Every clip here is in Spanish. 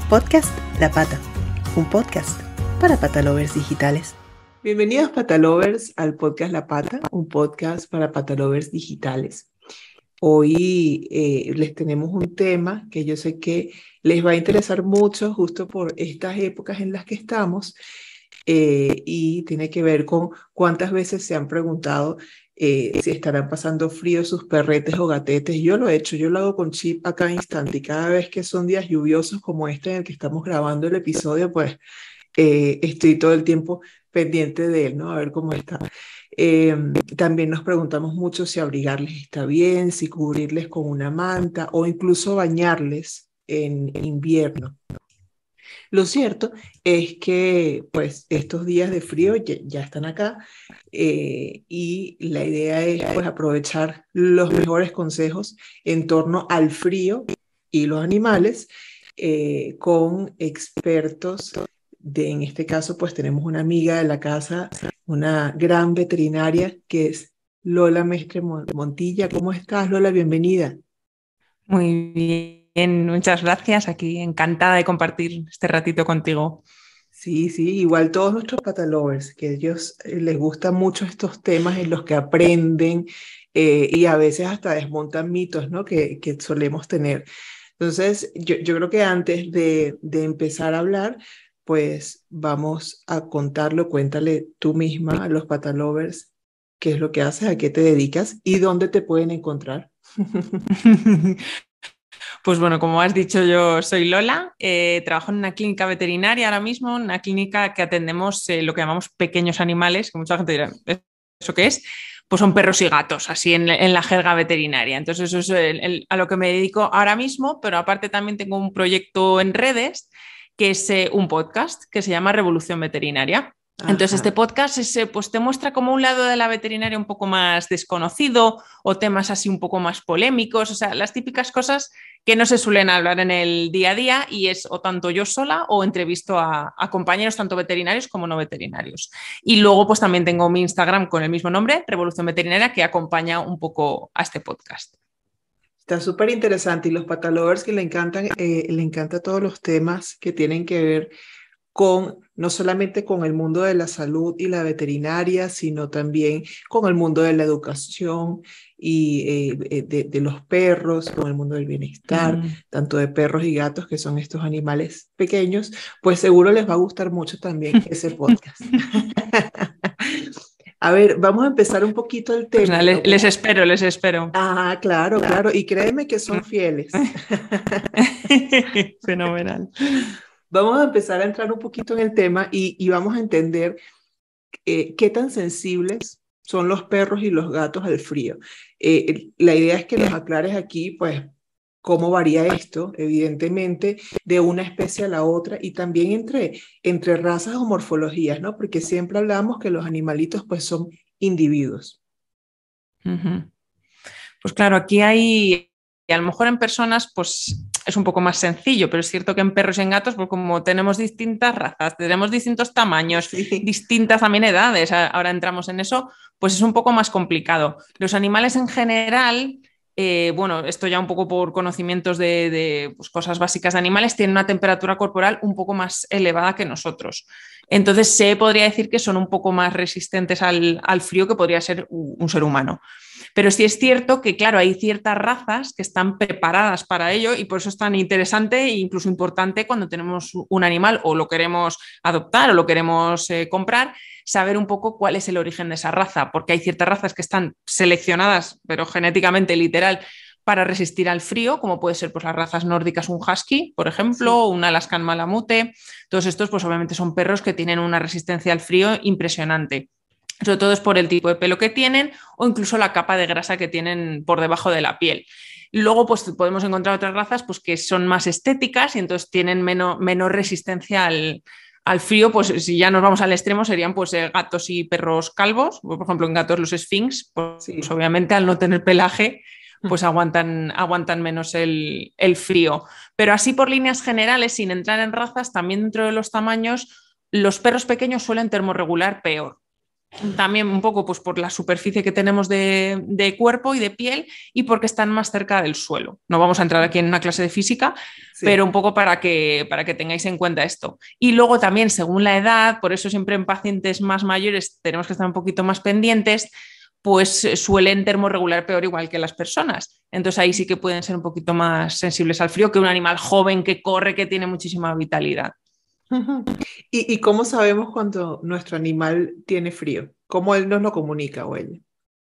Podcast La Pata, un podcast para patalovers digitales. Bienvenidos patalovers al podcast La Pata, un podcast para patalovers digitales. Hoy les tenemos un tema que yo sé que les va a interesar mucho justo por estas épocas en las que estamos y tiene que ver con cuántas veces se han preguntado si estarán pasando frío sus perretes o gatetes. Yo lo he hecho, yo lo hago con Chip a cada instante y cada vez que son días lluviosos como este en el que estamos grabando el episodio, pues estoy todo el tiempo pendiente de él, ¿no? A ver cómo está. También nos preguntamos mucho si abrigarles está bien, si cubrirles con una manta o incluso bañarles en invierno. Lo cierto es que pues estos días de frío ya están acá y la idea es pues aprovechar los mejores consejos en torno al frío y los animales con expertos en este caso pues tenemos una amiga de la casa, una gran veterinaria que es Lola Mestre Montilla. ¿Cómo estás, Lola? Bienvenida. Muy bien, muchas gracias. Aquí encantada de compartir este ratito contigo. Sí, sí, igual todos nuestros patalovers, que a ellos les gustan mucho estos temas en los que aprenden y a veces hasta desmontan mitos, ¿no? que solemos tener. Entonces, yo creo que antes de empezar a hablar, pues vamos a contarlo, cuéntale tú misma a los patalovers qué es lo que haces, a qué te dedicas y dónde te pueden encontrar. Pues bueno, como has dicho, yo soy Lola, trabajo en una clínica veterinaria ahora mismo, una clínica que atendemos lo que llamamos pequeños animales, que mucha gente dirá, ¿eso qué es? Pues son perros y gatos, así en la jerga veterinaria. Entonces eso es a lo que me dedico ahora mismo, pero aparte también tengo un proyecto en redes que es un podcast que se llama Revolución Veterinaria. Entonces, este Ajá. podcast pues te muestra como un lado de la veterinaria un poco más desconocido o temas así un poco más polémicos, o sea, las típicas cosas que no se suelen hablar en el día a día y es o tanto yo sola o entrevisto a compañeros tanto veterinarios como no veterinarios. Y luego pues también tengo mi Instagram con el mismo nombre, Revolución Veterinaria, que acompaña un poco a este podcast. Está súper interesante y los patalovers que le encanta todos los temas que tienen que ver con no solamente con el mundo de la salud y la veterinaria, sino también con el mundo de la educación y de los perros, con el mundo del bienestar, Mm. tanto de perros y gatos, que son estos animales pequeños, pues seguro les va a gustar mucho también ese podcast. A ver, vamos a empezar un poquito el Pues tema. nada, les espero, les espero. Ah, claro, claro. Y créeme que son fieles. Fenomenal. Vamos a empezar a entrar un poquito en el tema y vamos a entender qué tan sensibles son los perros y los gatos al frío. La idea es que nos aclares aquí, pues, cómo varía esto, evidentemente, de una especie a la otra y también entre razas o morfologías, ¿no? Porque siempre hablamos que los animalitos, pues, son individuos. Uh-huh. Pues claro, aquí hay, y a lo mejor en personas, pues es un poco más sencillo, pero es cierto que en perros y en gatos, pues como tenemos distintas razas, tenemos distintos tamaños, Sí. distintas también edades, ahora entramos en eso, pues es un poco más complicado. Los animales en general, bueno, esto ya un poco por conocimientos de pues, cosas básicas de animales, tienen una temperatura corporal un poco más elevada que nosotros. Entonces se podría decir que son un poco más resistentes al frío que podría ser un ser humano. Pero sí es cierto que, claro, hay ciertas razas que están preparadas para ello y por eso es tan interesante e incluso importante cuando tenemos un animal o lo queremos adoptar o lo queremos comprar, saber un poco cuál es el origen de esa raza, porque hay ciertas razas que están seleccionadas, pero genéticamente literal, para resistir al frío, como puede ser pues, las razas nórdicas, un husky, por ejemplo, Sí. o un Alaskan malamute. Todos estos, pues obviamente son perros que tienen una resistencia al frío impresionante. Sobre todo es por el tipo de pelo que tienen o incluso la capa de grasa que tienen por debajo de la piel. Luego pues, podemos encontrar otras razas pues, que son más estéticas y entonces tienen menor resistencia al frío, pues si ya nos vamos al extremo serían pues gatos y perros calvos, por ejemplo en gatos los Sphinx, pues Sí. obviamente al no tener pelaje pues aguantan menos el frío. Pero así por líneas generales, sin entrar en razas, también dentro de los tamaños, los perros pequeños suelen termorregular peor. También un poco pues, por la superficie que tenemos de cuerpo y de piel y porque están más cerca del suelo. No vamos a entrar aquí en una clase de física, Sí. pero un poco para que tengáis en cuenta esto. Y luego también, según la edad, por eso siempre en pacientes más mayores tenemos que estar un poquito más pendientes, pues suelen termorregular peor igual que las personas. Entonces ahí sí que pueden ser un poquito más sensibles al frío que un animal joven que corre, que tiene muchísima vitalidad. ¿Y cómo sabemos cuando nuestro animal tiene frío? ¿Cómo él nos lo comunica o ella?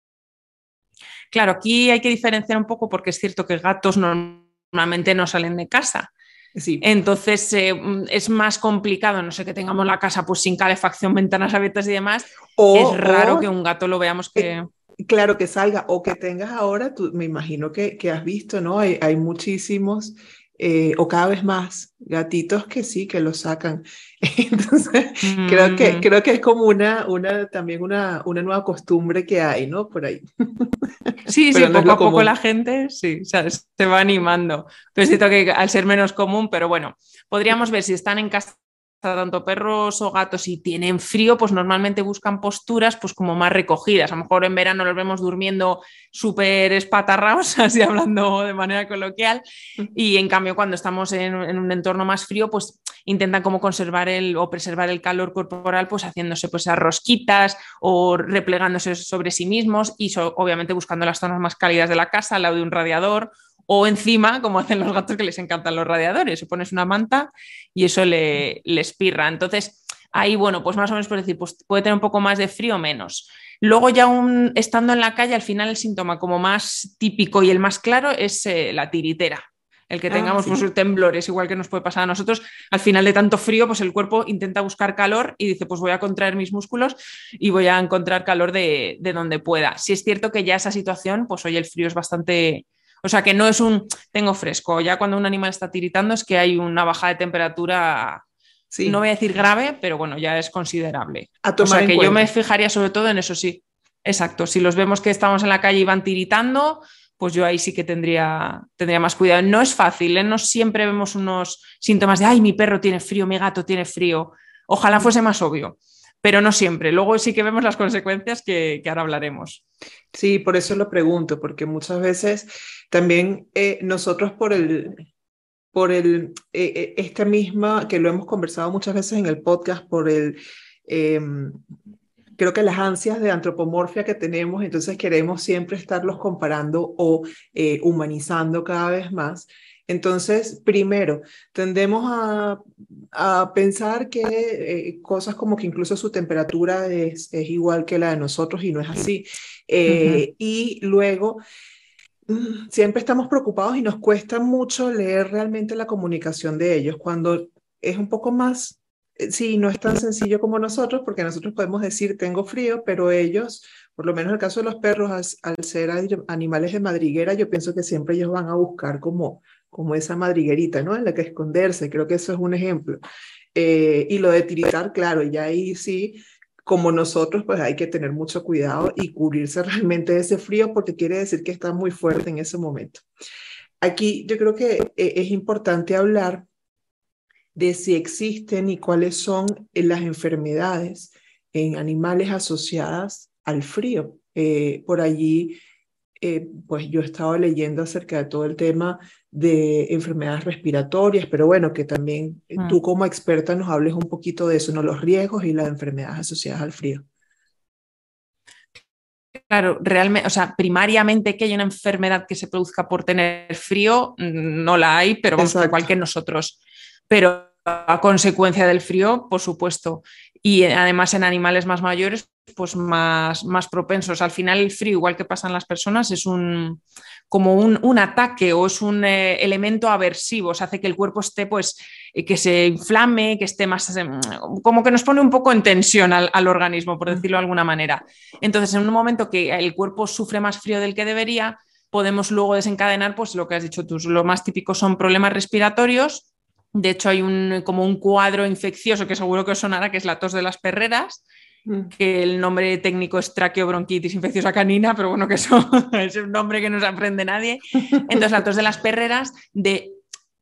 Claro, aquí hay que diferenciar un poco porque es cierto que gatos normalmente no salen de casa. Sí. Entonces es más complicado, no sé, que tengamos la casa pues sin calefacción, ventanas abiertas y demás. Es raro que O un gato lo veamos eh, que... claro, que salga o que tengas ahora, tú, me imagino que has visto, ¿no? Hay muchísimos, o cada vez más gatitos que sí, que los sacan. Entonces, Mm, creo que es como también una nueva costumbre que hay, ¿no? Por ahí, sí, sí, pero no es poco lo a poco la común. gente sí, o sea, se va animando. Pero es cierto que al ser menos común, pero bueno, podríamos ver si están en casa tanto perros o gatos y tienen frío, pues normalmente buscan posturas pues como más recogidas. A lo mejor en verano los vemos durmiendo súper espatarrados, así hablando de manera coloquial, y en cambio cuando estamos en un entorno más frío, pues intentan como conservar o preservar el calor corporal, pues haciéndose pues esas rosquitas o replegándose sobre sí mismos y obviamente buscando las zonas más cálidas de la casa, al lado de un radiador o encima, como hacen los gatos que les encantan los radiadores, o pones una manta y eso le espirra. Entonces, ahí, bueno, pues más o menos por decir, pues puede tener un poco más de frío o menos. Luego ya estando en la calle, al final el síntoma como más típico y el más claro es la tiritera. El que Ah, tengamos sí. pues, temblores, igual que nos puede pasar a nosotros, al final de tanto frío, pues el cuerpo intenta buscar calor y dice, pues voy a contraer mis músculos y voy a encontrar calor de donde pueda. Si es cierto que ya esa situación, pues hoy el frío es bastante, o sea, que no es tengo fresco. Ya cuando un animal está tiritando es que hay una baja de temperatura, no voy a Sí, decir grave, pero bueno, ya es considerable. a O tomar sea, en que yo me cuenta. fijaría sobre todo en eso, sí. Exacto. Si los vemos que estamos en la calle y van tiritando, pues yo ahí sí que tendría más cuidado. No es fácil, ¿eh? No siempre vemos unos síntomas de, ay, mi perro tiene frío, mi gato tiene frío. Ojalá fuese más obvio, pero no siempre. Luego sí que vemos las consecuencias que ahora hablaremos. Sí, por eso lo pregunto, porque muchas veces también nosotros esta misma, que lo hemos conversado muchas veces en el podcast, em, creo que las ansias de antropomorfia que tenemos, entonces queremos siempre estarlos comparando o humanizando cada vez más. Entonces, primero, tendemos a pensar que cosas como que incluso su temperatura es igual que la de nosotros y no es así. Ujú. Y luego siempre estamos preocupados y nos cuesta mucho leer realmente la comunicación de ellos, cuando es un poco más, sí, no es tan sencillo como nosotros, porque nosotros podemos decir tengo frío, pero ellos, por lo menos en el caso de los perros, al ser animales de madriguera, yo pienso que siempre ellos van a buscar como esa madriguerita, ¿no? En la que esconderse, creo que eso es un ejemplo. Y lo de tiritar, claro, ya ahí sí, como nosotros, pues hay que tener mucho cuidado y cubrirse realmente de ese frío porque quiere decir que está muy fuerte en ese momento. Aquí yo creo que es importante hablar de si existen y cuáles son las enfermedades en animales asociadas al frío. Por allí pues yo he estado leyendo acerca de todo el tema de enfermedades respiratorias, pero bueno, que también tú Mm. como experta nos hables un poquito de eso, ¿no? Los riesgos y las enfermedades asociadas al frío. Claro, realmente, o sea, primariamente que hay una enfermedad que se produzca por tener frío, no la hay, pero vamos, que igual Exacto. que nosotros. Pero a consecuencia del frío, por supuesto. Y además en animales más mayores, pues más propensos. Al final el frío, igual que pasan las personas, es como un ataque o es un elemento aversivo. O sea, hace que el cuerpo esté, pues, que se inflame, que esté más, como que nos pone un poco en tensión al organismo, por decirlo de alguna manera. Entonces, en un momento que el cuerpo sufre más frío del que debería, podemos luego desencadenar, pues lo que has dicho tú, lo más típico son problemas respiratorios. De hecho, hay como un cuadro infeccioso que seguro que os sonará, que es la tos de las perreras, Mm. que el nombre técnico es traqueobronquitis infecciosa canina, pero bueno, que eso es un nombre que no se aprende nadie. Entonces, la tos de las perreras,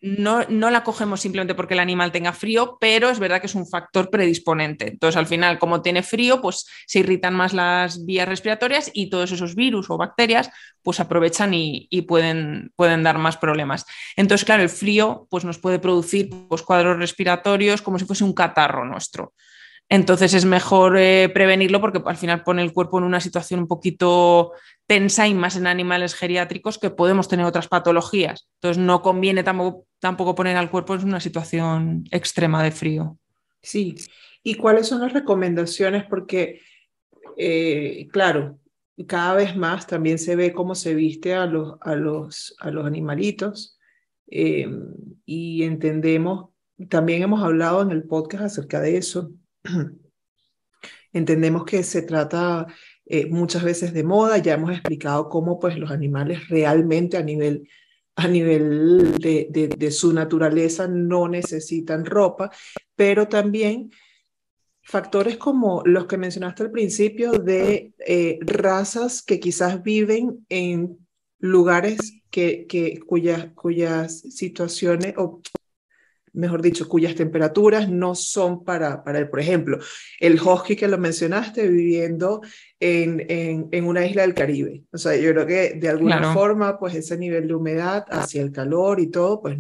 no la cogemos simplemente porque el animal tenga frío, pero es verdad que es un factor predisponente. Entonces, al final, como tiene frío, pues se irritan más las vías respiratorias y todos esos virus o bacterias pues aprovechan y pueden dar más problemas. Entonces, claro, el frío pues nos puede producir pues, cuadros respiratorios como si fuese un catarro nuestro. Entonces es mejor prevenirlo porque al final pone el cuerpo en una situación un poquito tensa y más en animales geriátricos que podemos tener otras patologías. Entonces no conviene tampoco poner al cuerpo en una situación extrema de frío. Sí. ¿Y cuáles son las recomendaciones? Porque, claro, cada vez más también se ve cómo se viste a los animalitos eh, y entendemos, también hemos hablado en el podcast acerca de eso. Entendemos que se trata muchas veces de moda, ya hemos explicado cómo pues, los animales realmente a nivel de su naturaleza no necesitan ropa, pero también factores como los que mencionaste al principio de razas que quizás viven en lugares cuyas situaciones o mejor dicho, cuyas temperaturas no son para él. Por ejemplo, el husky que lo mencionaste viviendo en una isla del Caribe. O sea, yo creo que de alguna Claro. forma, pues ese nivel de humedad hacia el calor y todo, pues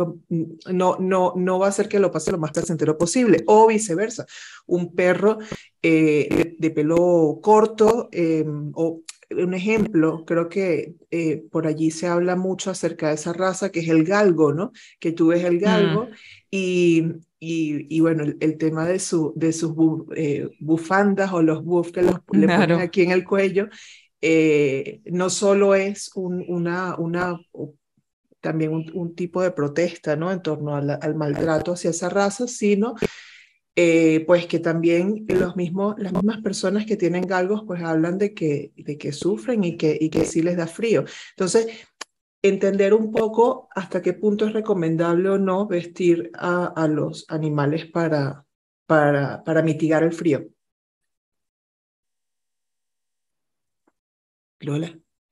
no va a hacer que lo pase lo más placentero posible. O viceversa, un perro de pelo corto o un ejemplo, creo que por allí se habla mucho acerca de esa raza que es el galgo, ¿no? Que tú ves el galgo y bueno, el tema de sus bufandas o los buff que le ponen Claro. aquí en el cuello, no solo es también un tipo de protesta, ¿no? En torno al maltrato hacia esa raza, sino pues que también las mismas personas que tienen galgos pues hablan de que sufren y que sí les da frío. Entonces, entender un poco hasta qué punto es recomendable o no vestir a los animales para mitigar el frío. Lola,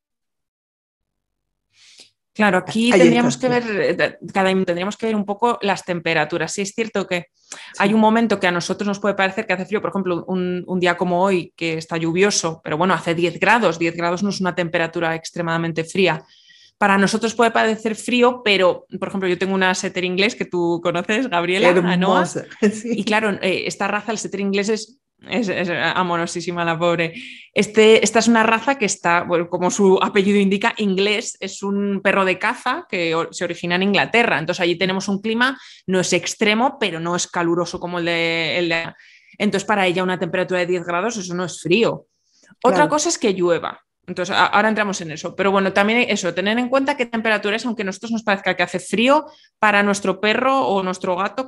Claro, aquí ahí está. tendríamos que ver, tendríamos que ver un poco las temperaturas. Sí, es cierto que hay un Sí, momento que a nosotros nos puede parecer que hace frío, por ejemplo, un día como hoy que está lluvioso, pero bueno, hace 10 grados, 10 grados no es una temperatura extremadamente fría. Para nosotros puede parecer frío, pero, por ejemplo, yo tengo una setter inglés que tú conoces, Gabriela, Anoa, hermosa. y Sí, claro, esta raza, el setter inglés, es amorosísima la pobre. Esta es una raza que está, bueno, como su apellido indica, inglés, es un perro de caza que se origina en Inglaterra. Entonces allí tenemos un clima, no es extremo, pero no es caluroso como el de. Entonces para ella una temperatura de 10 grados, eso no es frío. Otra claro. cosa es que llueva. Entonces, ahora entramos en eso. Pero bueno, también eso, tener en cuenta qué temperatura es, aunque a nosotros nos parezca que hace frío, para nuestro perro o nuestro gato,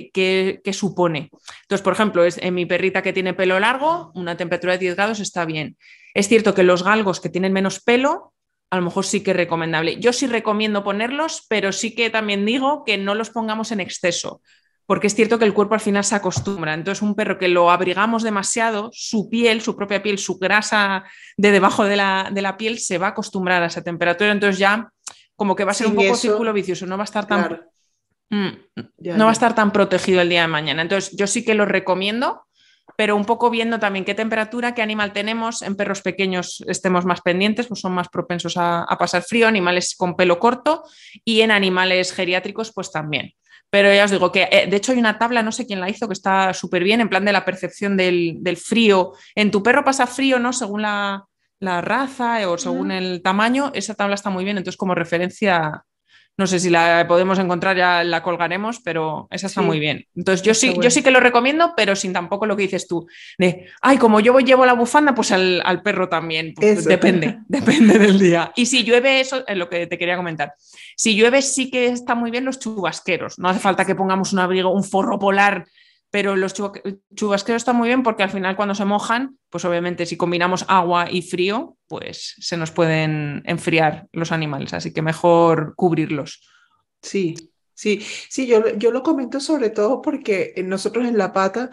¿qué supone? Entonces, por ejemplo, en mi perrita que tiene pelo largo, una temperatura de 10 grados está bien. Es cierto que los galgos que tienen menos pelo, a lo mejor sí que es recomendable. Yo sí recomiendo ponerlos, pero sí que también digo que no los pongamos en exceso porque es cierto que el cuerpo al final se acostumbra. Entonces, un perro que lo abrigamos demasiado, su piel, su propia piel, su grasa de debajo de la piel se va a acostumbrar a esa temperatura. Entonces, ya como que va a ser un Sin poco círculo eso, vicioso, no va a estar tan, claro, mm, ya, no va a ya. estar tan protegido el día de mañana. Entonces, yo sí que lo recomiendo, pero un poco viendo también qué temperatura, qué animal tenemos. En perros pequeños estemos más pendientes, pues son más propensos a pasar frío, animales con pelo corto y en animales geriátricos, pues también. Pero ya os digo que, de hecho, hay una tabla, no sé quién la hizo, que está súper bien, en plan de la percepción del frío. En tu perro pasa frío, ¿no? Según la raza o según Ujú. el tamaño, esa tabla está muy bien. Entonces, como referencia, no sé si la podemos encontrar, ya la colgaremos, pero esa está muy Sí, bien. Entonces, yo está sí, yo bueno. sí que lo recomiendo, pero sin tampoco lo que dices tú, de, ay, como yo llevo la bufanda, pues al perro también. Pues, Eso. depende, depende del día. Y si llueve, eso es lo que te quería comentar. Si llueve, sí que está muy bien los chubasqueros. No hace falta que pongamos un abrigo, un forro polar, pero los chubasqueros están muy bien porque al final cuando se mojan, pues obviamente si combinamos agua y frío, pues se nos pueden enfriar los animales, así que mejor cubrirlos. Sí, sí, sí, yo lo comento sobre todo porque nosotros en La Pata,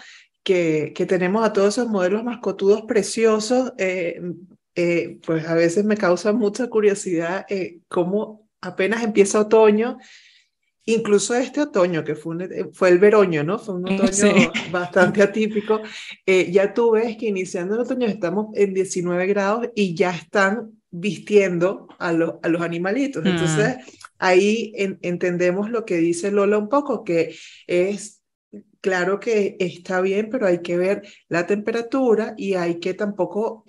que tenemos a todos esos modelos mascotudos preciosos, pues a veces me causa mucha curiosidad cómo apenas empieza otoño Incluso este otoño, que fue el veroño, ¿no? Fue un otoño Sí. bastante atípico. Ya tú ves que iniciando el otoño estamos en 19 grados y ya están vistiendo a los animalitos. Entonces, ahí entendemos lo que dice Lola un poco, que es claro que está bien, pero hay que ver la temperatura y hay que tampoco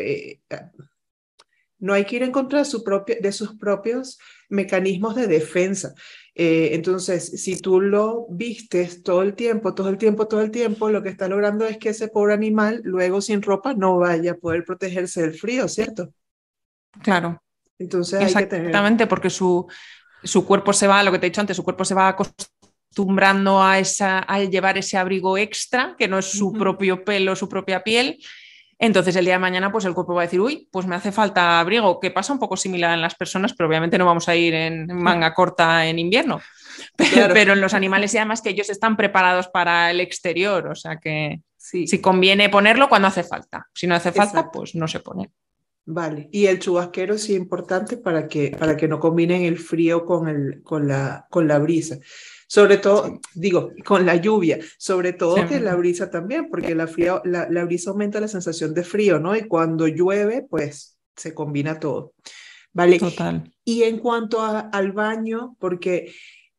no hay que ir en contra de sus propios mecanismos de defensa. Entonces, si tú lo vistes todo el tiempo, todo el tiempo, todo el tiempo, lo que está logrando es que ese pobre animal, luego sin ropa, no vaya a poder protegerse del frío, ¿cierto? Claro, Entonces hay que tener... exactamente, porque su cuerpo se va, lo que te he dicho antes, su cuerpo se va acostumbrando a llevar ese abrigo extra, que no es su propio pelo, su propia piel. Entonces el día de mañana pues el cuerpo va a decir, uy, pues me hace falta abrigo, que pasa un poco similar en las personas, pero obviamente no vamos a ir en manga corta en invierno. Claro. Pero en los animales y además que ellos están preparados para el exterior, o sea que sí. Si conviene ponerlo cuando hace falta, si no hace falta, exacto, pues no se pone. Vale, y el chubasquero sí es importante para que no combinen el frío con la brisa. Sobre todo, sí, digo, con la lluvia, sobre todo sí, que la brisa también, porque la brisa aumenta la sensación de frío, ¿no? Y cuando llueve, pues se combina todo. Vale. Total. Y en cuanto al baño, porque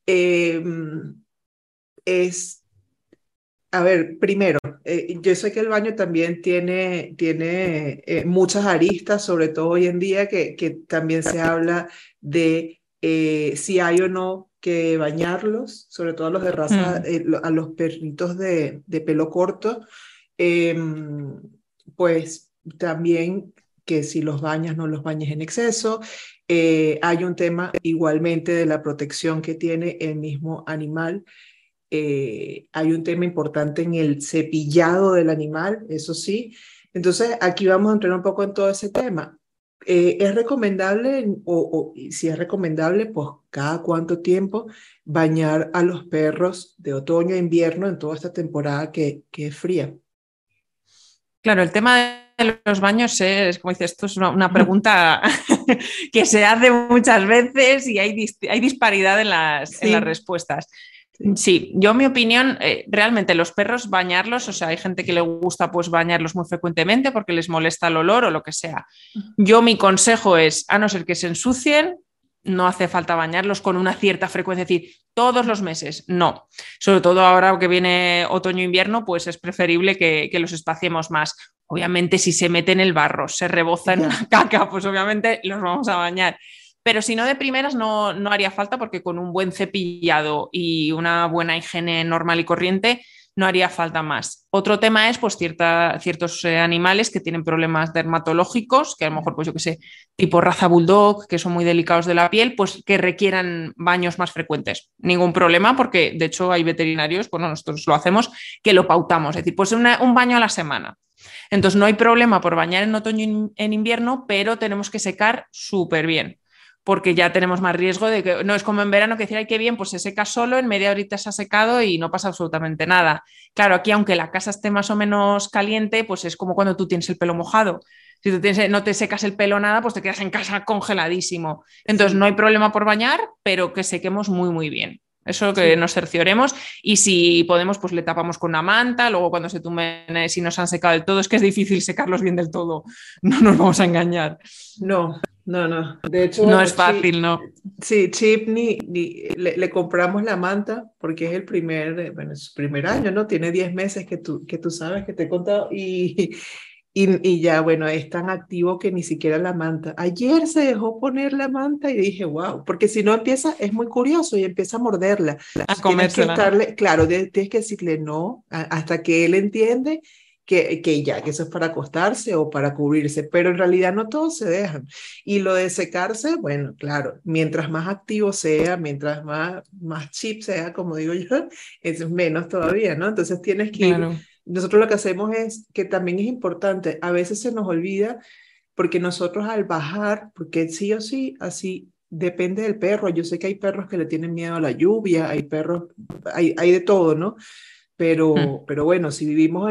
a ver, primero, yo sé que el baño también tiene muchas aristas, sobre todo hoy en día, que también se habla de si hay o no que bañarlos, sobre todo a los de raza, a los perritos de pelo corto, pues también que si los bañas, no los bañes en exceso. Hay un tema igualmente de la protección que tiene el mismo animal. Hay un tema importante en el cepillado del animal, eso sí. Entonces, aquí vamos a entrar un poco en todo ese tema. ¿Es recomendable, o si es recomendable, pues cada cuánto tiempo bañar a los perros de otoño a invierno en toda esta temporada que es fría? Claro, el tema de los baños es, como dices, esto es una pregunta que se hace muchas veces y hay disparidad en las respuestas. Sí, yo mi opinión, realmente los perros bañarlos, o sea, hay gente que le gusta pues bañarlos muy frecuentemente porque les molesta el olor o lo que sea. Yo mi consejo es, a no ser que se ensucien, no hace falta bañarlos con una cierta frecuencia, es decir, todos los meses, no. Sobre todo ahora que viene otoño-invierno, pues es preferible que los espaciemos más. Obviamente si se mete en el barro, se reboza en una caca, pues obviamente los vamos a bañar. Pero si no, de primeras no haría falta porque con un buen cepillado y una buena higiene normal y corriente no haría falta más. Otro tema es pues ciertos animales que tienen problemas dermatológicos, que a lo mejor, pues yo qué sé, tipo raza bulldog, que son muy delicados de la piel, pues que requieran baños más frecuentes. Ningún problema porque de hecho hay veterinarios, bueno, nosotros lo hacemos, que lo pautamos, es decir, pues un baño a la semana. Entonces no hay problema por bañar en otoño y en invierno, pero tenemos que secar súper bien, porque ya tenemos más riesgo de que no es como en verano que decir, ay, qué bien, pues se seca solo, en media horita se ha secado y no pasa absolutamente nada. Claro, aquí aunque la casa esté más o menos caliente, pues es como cuando tú tienes el pelo mojado. Si tú no te secas el pelo nada, pues te quedas en casa congeladísimo. Entonces no hay problema por bañar, pero que sequemos muy, muy bien. Eso que nos cercioremos y si podemos, pues le tapamos con una manta, luego cuando se tumben, si nos han secado del todo, es que es difícil secarlos bien del todo, no nos vamos a engañar. No. De hecho, no es fácil, ¿no? Sí, Chip le compramos la manta porque es es su primer año, ¿no? Tiene 10 meses que tú sabes que te he contado y ya, bueno, es tan activo que ni siquiera la manta. Ayer se dejó poner la manta y dije, wow, porque si no empieza, es muy curioso y empieza a morderla. A comérsela. Claro, tienes que decirle no hasta que él entiende que eso es para acostarse o para cubrirse, pero en realidad no todos se dejan. Y lo de secarse, bueno, claro, mientras más activo sea, mientras más chip sea, como digo yo, es menos todavía, ¿no? Entonces tienes que ir... Nosotros lo que hacemos es que también es importante, a veces se nos olvida porque nosotros al bajar, porque sí o sí, así depende del perro. Yo sé que hay perros que le tienen miedo a la lluvia, hay perros, hay de todo, ¿no? Pero bueno, si vivimos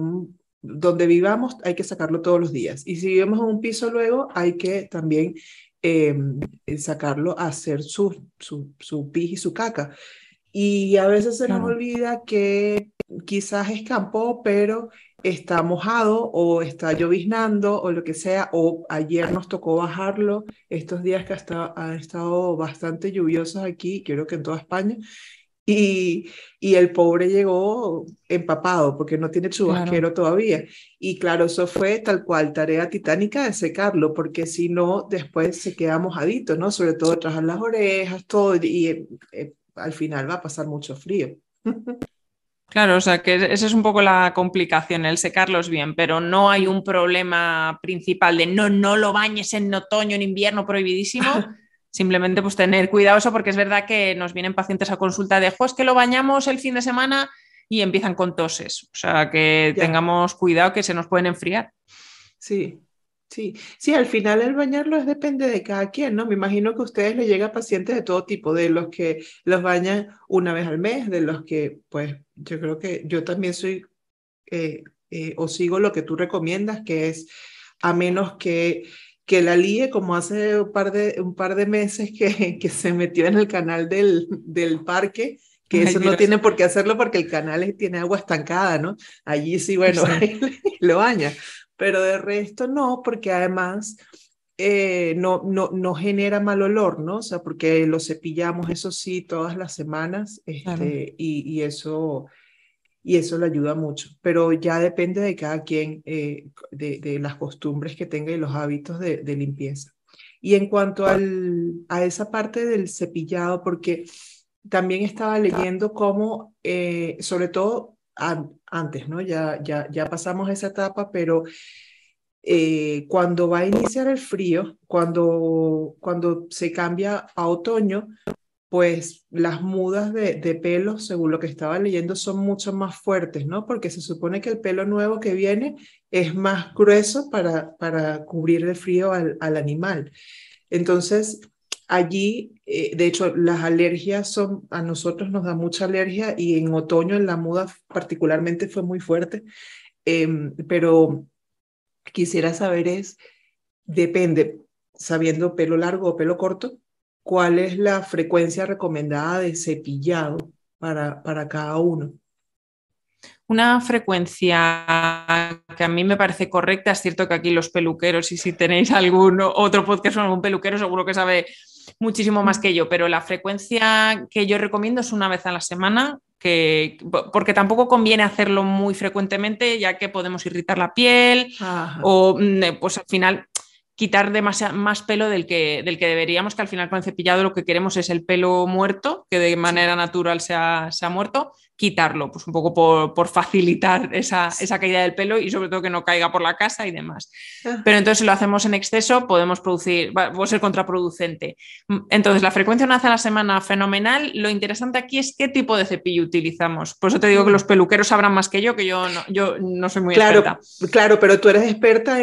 donde vivamos hay que sacarlo todos los días. Y si vivimos en un piso luego, hay que también eh, sacarlo a hacer su pis y su caca. Y a veces se nos Claro. olvida que quizás escampó, pero está mojado o está lloviznando o lo que sea, o ayer nos tocó bajarlo, estos días que han estado bastante lluviosos aquí, creo que en toda España, y, y el pobre llegó empapado porque no tiene Claro. chubasquero todavía. Y claro, eso fue tal cual, tarea titánica de secarlo, porque si no, después se queda mojadito, ¿no? Sobre todo tras las orejas, todo, y al final va a pasar mucho frío. Claro, o sea que esa es un poco la complicación, el secarlos bien, pero no hay un problema principal de no lo bañes en otoño, en invierno, prohibidísimo. Simplemente pues tener cuidado eso, porque es verdad que nos vienen pacientes a consulta de, es que lo bañamos el fin de semana y empiezan con toses. O sea que Ya. tengamos cuidado que se nos pueden enfriar. Sí, sí, sí, al final el bañarlos depende de cada quien, ¿no? Me imagino que a ustedes les llega pacientes de todo tipo, de los que los bañan una vez al mes, de los que, pues, yo creo que yo también soy, o sigo lo que tú recomiendas, que es, a menos que la líe, como hace un par de meses que se metió en el canal del parque, que Ay, eso no Dios. tiene por qué hacerlo porque el canal tiene agua estancada, ¿no? Allí sí, bueno, Sí, lo baña, pero de resto no, porque además no genera mal olor, ¿no? O sea, porque lo cepillamos, eso sí, todas las semanas, claro. y eso le ayuda mucho, pero ya depende de cada quien, de las costumbres que tenga y los hábitos de limpieza. Y en cuanto a esa parte del cepillado, porque también estaba leyendo cómo, sobre todo antes, ¿no? Ya pasamos esa etapa, pero cuando va a iniciar el frío, cuando se cambia a otoño, pues las mudas de pelo, según lo que estaba leyendo, son mucho más fuertes, ¿no? Porque se supone que el pelo nuevo que viene es más grueso para cubrir el frío al animal. Entonces, allí, de hecho, las alergias son, a nosotros nos da mucha alergia y en otoño en la muda particularmente fue muy fuerte, pero quisiera saber es, depende, sabiendo pelo largo o pelo corto, cuál es la frecuencia recomendada de cepillado para cada uno. Una frecuencia que a mí me parece correcta, es cierto que aquí los peluqueros, y si tenéis algún otro podcast con algún peluquero, seguro que sabe muchísimo más que yo, pero la frecuencia que yo recomiendo es una vez a la semana, porque tampoco conviene hacerlo muy frecuentemente, ya que podemos irritar la piel Ajá, o pues al final quitar más pelo del que deberíamos, que al final con el cepillado lo que queremos es el pelo muerto, que de sí. manera natural se ha muerto, quitarlo, pues un poco por facilitar esa caída del pelo y sobre todo que no caiga por la casa y demás. Ah, Pero entonces si lo hacemos en exceso podemos puede ser contraproducente. Entonces la frecuencia una vez a la semana fenomenal. Lo interesante aquí es qué tipo de cepillo utilizamos. Por eso te digo que los mm. peluqueros sabrán más que yo no soy muy experta. Claro, claro, pero tú eres experta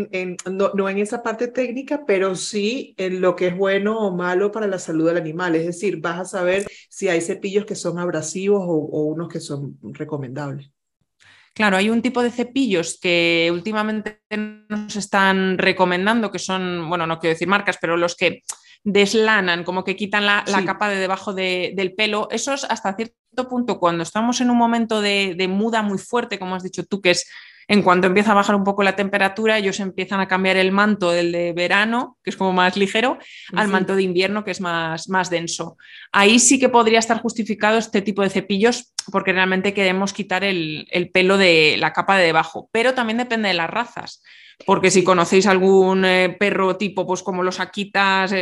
no en esa parte técnica, pero sí en lo que es bueno o malo para la salud del animal. Es decir, vas a saber si hay cepillos que son abrasivos o unos que son recomendables. Claro, hay un tipo de cepillos que últimamente nos están recomendando, que son, bueno, no quiero decir marcas, pero los que deslanan, como que quitan la Sí, capa de debajo del pelo. Esos hasta cierto punto, cuando estamos en un momento de muda muy fuerte, como has dicho tú, que es en cuanto empieza a bajar un poco la temperatura, ellos empiezan a cambiar el manto del de verano, que es como más ligero, al manto sí, de invierno, que es más denso. Ahí sí que podría estar justificado este tipo de cepillos porque realmente queremos quitar el pelo de la capa de debajo, pero también depende de las razas, porque si sí. conocéis algún perro tipo, pues como los Akitas,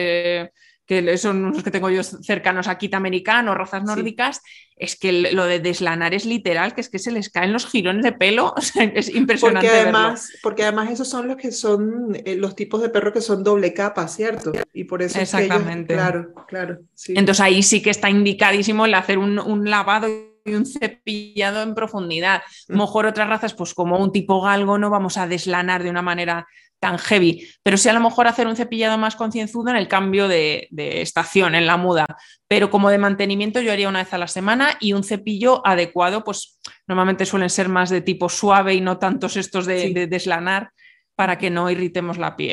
que son los que tengo yo cercanos, Akita americanos, razas Sí, nórdicas, es que lo de deslanar es literal, que es que se les caen los jirones de pelo, o sea, es impresionante verlo. porque además esos son los que son los tipos de perros que son doble capa, ¿cierto? Y por eso es que ellos, Exactamente. claro, claro, sí, Entonces ahí sí que está indicadísimo el hacer un lavado y un cepillado en profundidad. Mejor otras razas, pues como un tipo galgo, no vamos a deslanar de una manera tan heavy, pero sí a lo mejor hacer un cepillado más concienzudo en el cambio de estación, en la muda. Pero como de mantenimiento yo haría una vez a la semana y un cepillo adecuado, pues normalmente suelen ser más de tipo suave y no tantos estos de sí. deslanar para que no irritemos la piel.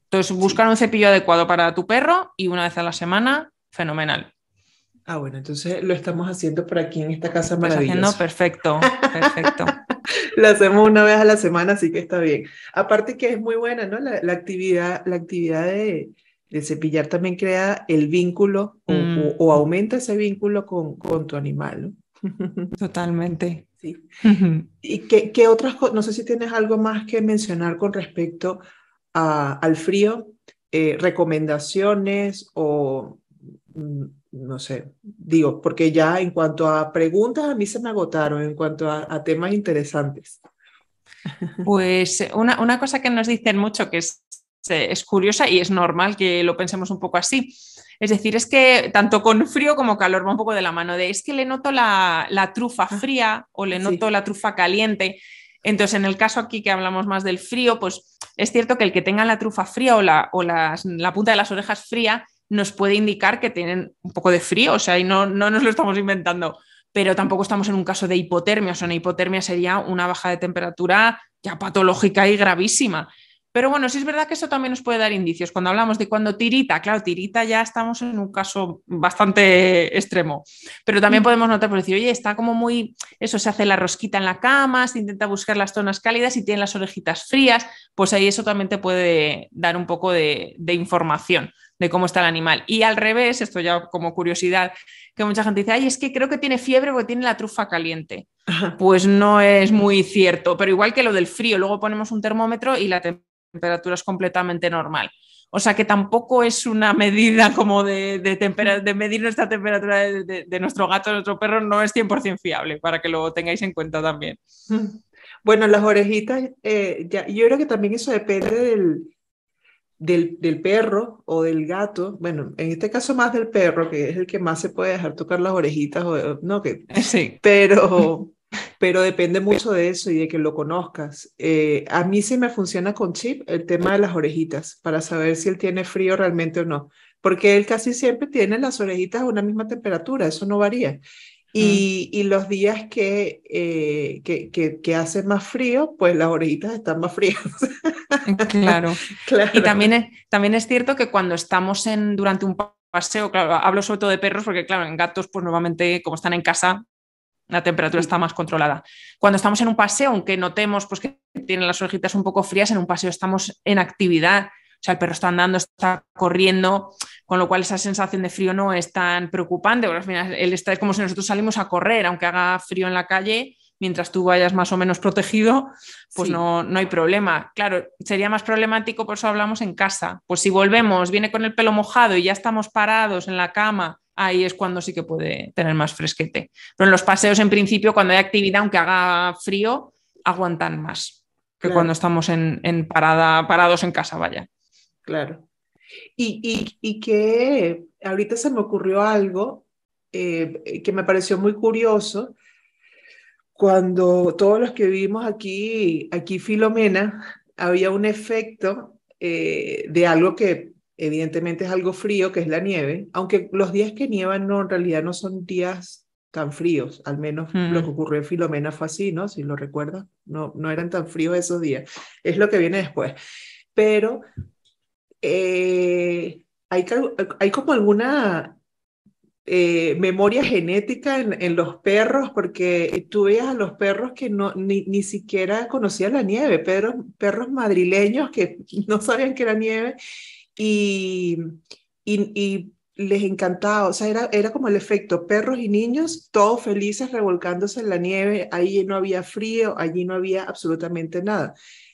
Entonces, buscar un cepillo adecuado para tu perro y una vez a la semana, fenomenal. Bueno, entonces lo estamos haciendo por aquí en esta casa Estás haciendo maravillosa. perfecto, perfecto. Lo hacemos una vez a la semana, así que está bien. Aparte que es muy buena, ¿no? La actividad de cepillar también crea el vínculo o aumenta ese vínculo con tu animal, ¿no? Totalmente. Sí. ¿Y qué otras cosas? No sé si tienes algo más que mencionar con respecto al frío, recomendaciones o no sé, digo, porque ya en cuanto a preguntas a mí se me agotaron, en cuanto a temas interesantes. Pues una cosa que nos dicen mucho que es curiosa y es normal que lo pensemos un poco así. Es decir, es que tanto con frío como calor va un poco de la mano es que le noto la trufa fría o le noto Sí. la trufa caliente. Entonces, en el caso aquí que hablamos más del frío, pues es cierto que el que tenga la trufa fría la punta de las orejas fría nos puede indicar que tienen un poco de frío, o sea, y no nos lo estamos inventando, pero tampoco estamos en un caso de hipotermia, o sea, una hipotermia sería una baja de temperatura ya patológica y gravísima. Pero bueno, sí es verdad que eso también nos puede dar indicios. Cuando hablamos de cuando tirita, claro, tirita ya estamos en un caso bastante extremo. Pero también podemos notar, por decir, oye, está como muy, eso se hace la rosquita en la cama, se intenta buscar las zonas cálidas y tiene las orejitas frías, pues ahí eso también te puede dar un poco de información de cómo está el animal. Y al revés, esto ya como curiosidad, que mucha gente dice, ay, es que creo que tiene fiebre porque tiene la trufa caliente. Pues no es muy cierto, pero igual que lo del frío, luego ponemos un termómetro y la temperatura es completamente normal. O sea que tampoco es una medida como de medir nuestra temperatura de nuestro gato, de nuestro perro, no es 100% fiable, para que lo tengáis en cuenta también. Bueno, las orejitas, yo creo que también eso depende del perro o del gato. Bueno, en este caso más del perro, que es el que más se puede dejar tocar las orejitas, no, Sí. pero depende mucho de eso y de que lo conozcas. A mí sí me funciona con Chip el tema de las orejitas, para saber si él tiene frío realmente o no, porque él casi siempre tiene las orejitas a una misma temperatura, eso no varía. Y los días que hace más frío, pues las orejitas están más frías. Claro. Claro. Y también es cierto que cuando estamos durante un paseo, claro, hablo sobre todo de perros, porque claro, en gatos, pues normalmente como están en casa, la temperatura está más controlada. Cuando estamos en un paseo, aunque notemos pues, que tienen las orejitas un poco frías, en un paseo estamos en actividad, o sea, el perro está andando, está corriendo, con lo cual esa sensación de frío no es tan preocupante, porque al final él está como si nosotros salimos a correr, aunque haga frío en la calle, mientras tú vayas más o menos protegido, pues Sí. no hay problema. Claro, sería más problemático, por eso hablamos en casa. Pues si volvemos, viene con el pelo mojado y ya estamos parados en la cama, ahí es cuando sí que puede tener más fresquete. Pero en los paseos, en principio, cuando hay actividad, aunque haga frío, aguantan más que cuando Claro, estamos parados en casa, vaya. claro. Y que ahorita se me ocurrió algo que me pareció muy curioso cuando todos los que vivimos aquí Filomena, había un efecto de algo que evidentemente es algo frío, que es la nieve, aunque los días que nievan no, en realidad no son días tan fríos, al menos lo que ocurrió en Filomena fue así, ¿no? Si lo recuerdas, no eran tan fríos esos días, es lo que viene después. Pero hay como alguna memoria genética en los perros, porque tú veías a los perros que ni siquiera conocían la nieve, perros madrileños que no sabían que era nieve y, y les encantaba, o sea, era como el efecto, perros y niños, todos felices revolcándose en la nieve, ahí no había frío, allí no había absolutamente nada.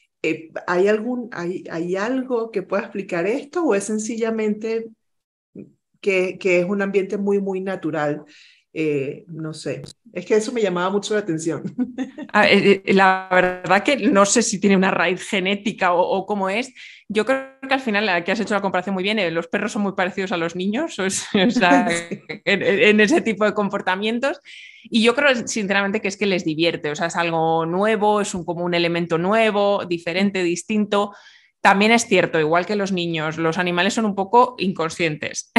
¿Hay algo que pueda explicar esto o es sencillamente que es un ambiente muy, muy natural? No sé, es que eso me llamaba mucho la atención. La verdad que no sé si tiene una raíz genética o cómo es. Yo creo que al final, que has hecho la comparación muy bien, los perros son muy parecidos a los niños o sea, Sí, en ese tipo de comportamientos. Y yo creo, sinceramente, que es que les divierte. O sea, es algo nuevo, como un elemento nuevo, diferente, distinto. También es cierto, igual que los niños, los animales son un poco inconscientes.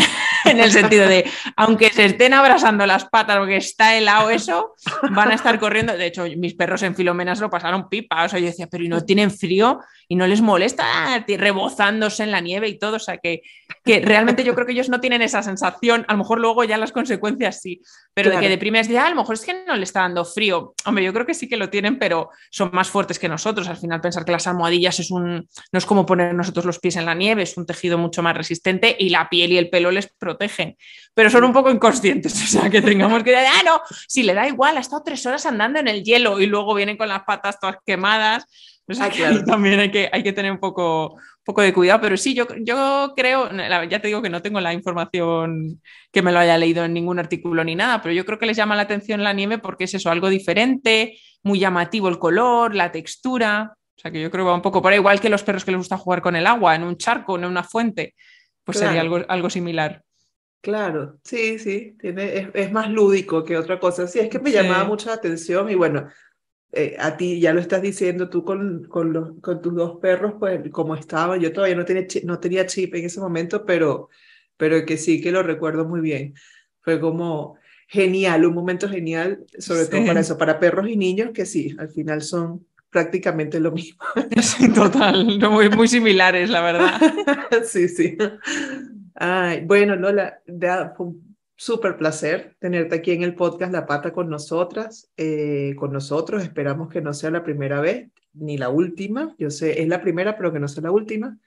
En el sentido de, aunque se estén abrazando las patas porque está helado eso, van a estar corriendo. De hecho, mis perros en Filomena se lo pasaron pipa. O sea, yo decía, pero ¿y no tienen frío? ¿Y no les molesta? Rebozándose en la nieve y todo. O sea, que realmente yo creo que ellos no tienen esa sensación. A lo mejor luego ya las consecuencias sí. Pero claro, de que de primeras días, a lo mejor es que no le está dando frío. Hombre, yo creo que sí que lo tienen, pero son más fuertes que nosotros. Al final pensar que las almohadillas no es como poner nosotros los pies en la nieve, es un tejido mucho más resistente y la piel y el pelo les protegen. Pero son un poco inconscientes, o sea, que tengamos que decir, no, si le da igual, ha estado 3 horas andando en el hielo y luego vienen con las patas todas quemadas. O sea, claro, también hay que tener un poco de cuidado, pero sí, yo creo, ya te digo que no tengo la información que me lo haya leído en ningún artículo ni nada, pero yo creo que les llama la atención la nieve porque es eso, algo diferente, muy llamativo el color, la textura, o sea que yo creo que va un poco por ahí, igual que los perros que les gusta jugar con el agua, en un charco, en una fuente, pues claro, sería algo similar. Claro, sí, es más lúdico que otra cosa. Sí, es que me llamaba mucho la atención y bueno, a ti ya lo estás diciendo tú con tus 2 perros, pues como estaban, yo todavía no tenía chip en ese momento, pero que sí que lo recuerdo muy bien. Fue como genial, un momento genial, sobre todo para eso, para perros y niños que sí, al final son prácticamente lo mismo. Sí, total, muy, muy similares, la verdad. Sí. Ay, bueno, Lola, fue un súper placer tenerte aquí en el podcast La Pata con nosotros. Esperamos que no sea la primera vez ni la última. Yo sé, es la primera, pero que no sea la última.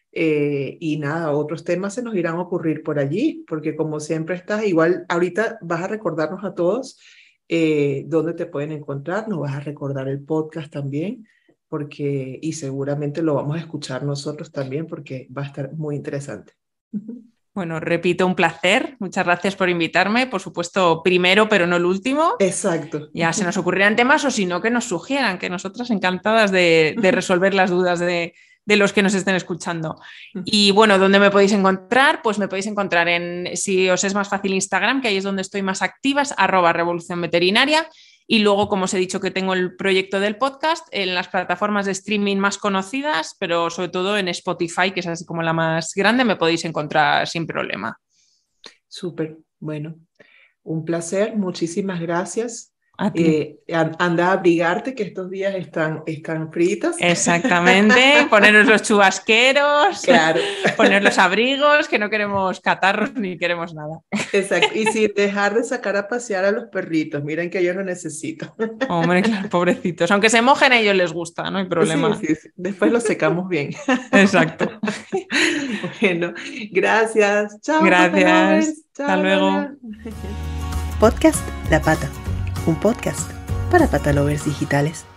Y nada, otros temas se nos irán a ocurrir por allí, porque como siempre estás, igual ahorita vas a recordarnos a todos dónde te pueden encontrar, nos vas a recordar el podcast también, y seguramente lo vamos a escuchar nosotros también, porque va a estar muy interesante. Bueno, repito, un placer. Muchas gracias por invitarme. Por supuesto, primero, pero no el último. Exacto. Ya se nos ocurrirán temas o si no, que nos sugieran, que nosotras encantadas de resolver las dudas de los que nos estén escuchando. Y bueno, ¿dónde me podéis encontrar? Pues me podéis encontrar si os es más fácil, Instagram, que ahí es donde estoy más activa, es @Revolución Veterinaria. Y luego, como os he dicho, que tengo el proyecto del podcast en las plataformas de streaming más conocidas, pero sobre todo en Spotify, que es así como la más grande, me podéis encontrar sin problema. Súper, bueno, un placer, muchísimas gracias. A ti. Anda a abrigarte, que estos días están fritos. Exactamente, ponernos los chubasqueros, claro. Poner los abrigos, que no queremos catarros ni queremos nada. Exacto, y sin dejar de sacar a pasear a los perritos, miren que ellos lo necesitan. Hombre, claro, pobrecitos, aunque se mojen a ellos les gusta, no hay problema. Sí. Después los secamos bien. Exacto. Bueno, gracias. Chao. Gracias. Hasta luego. Podcast La Pata, un podcast para patalovers digitales.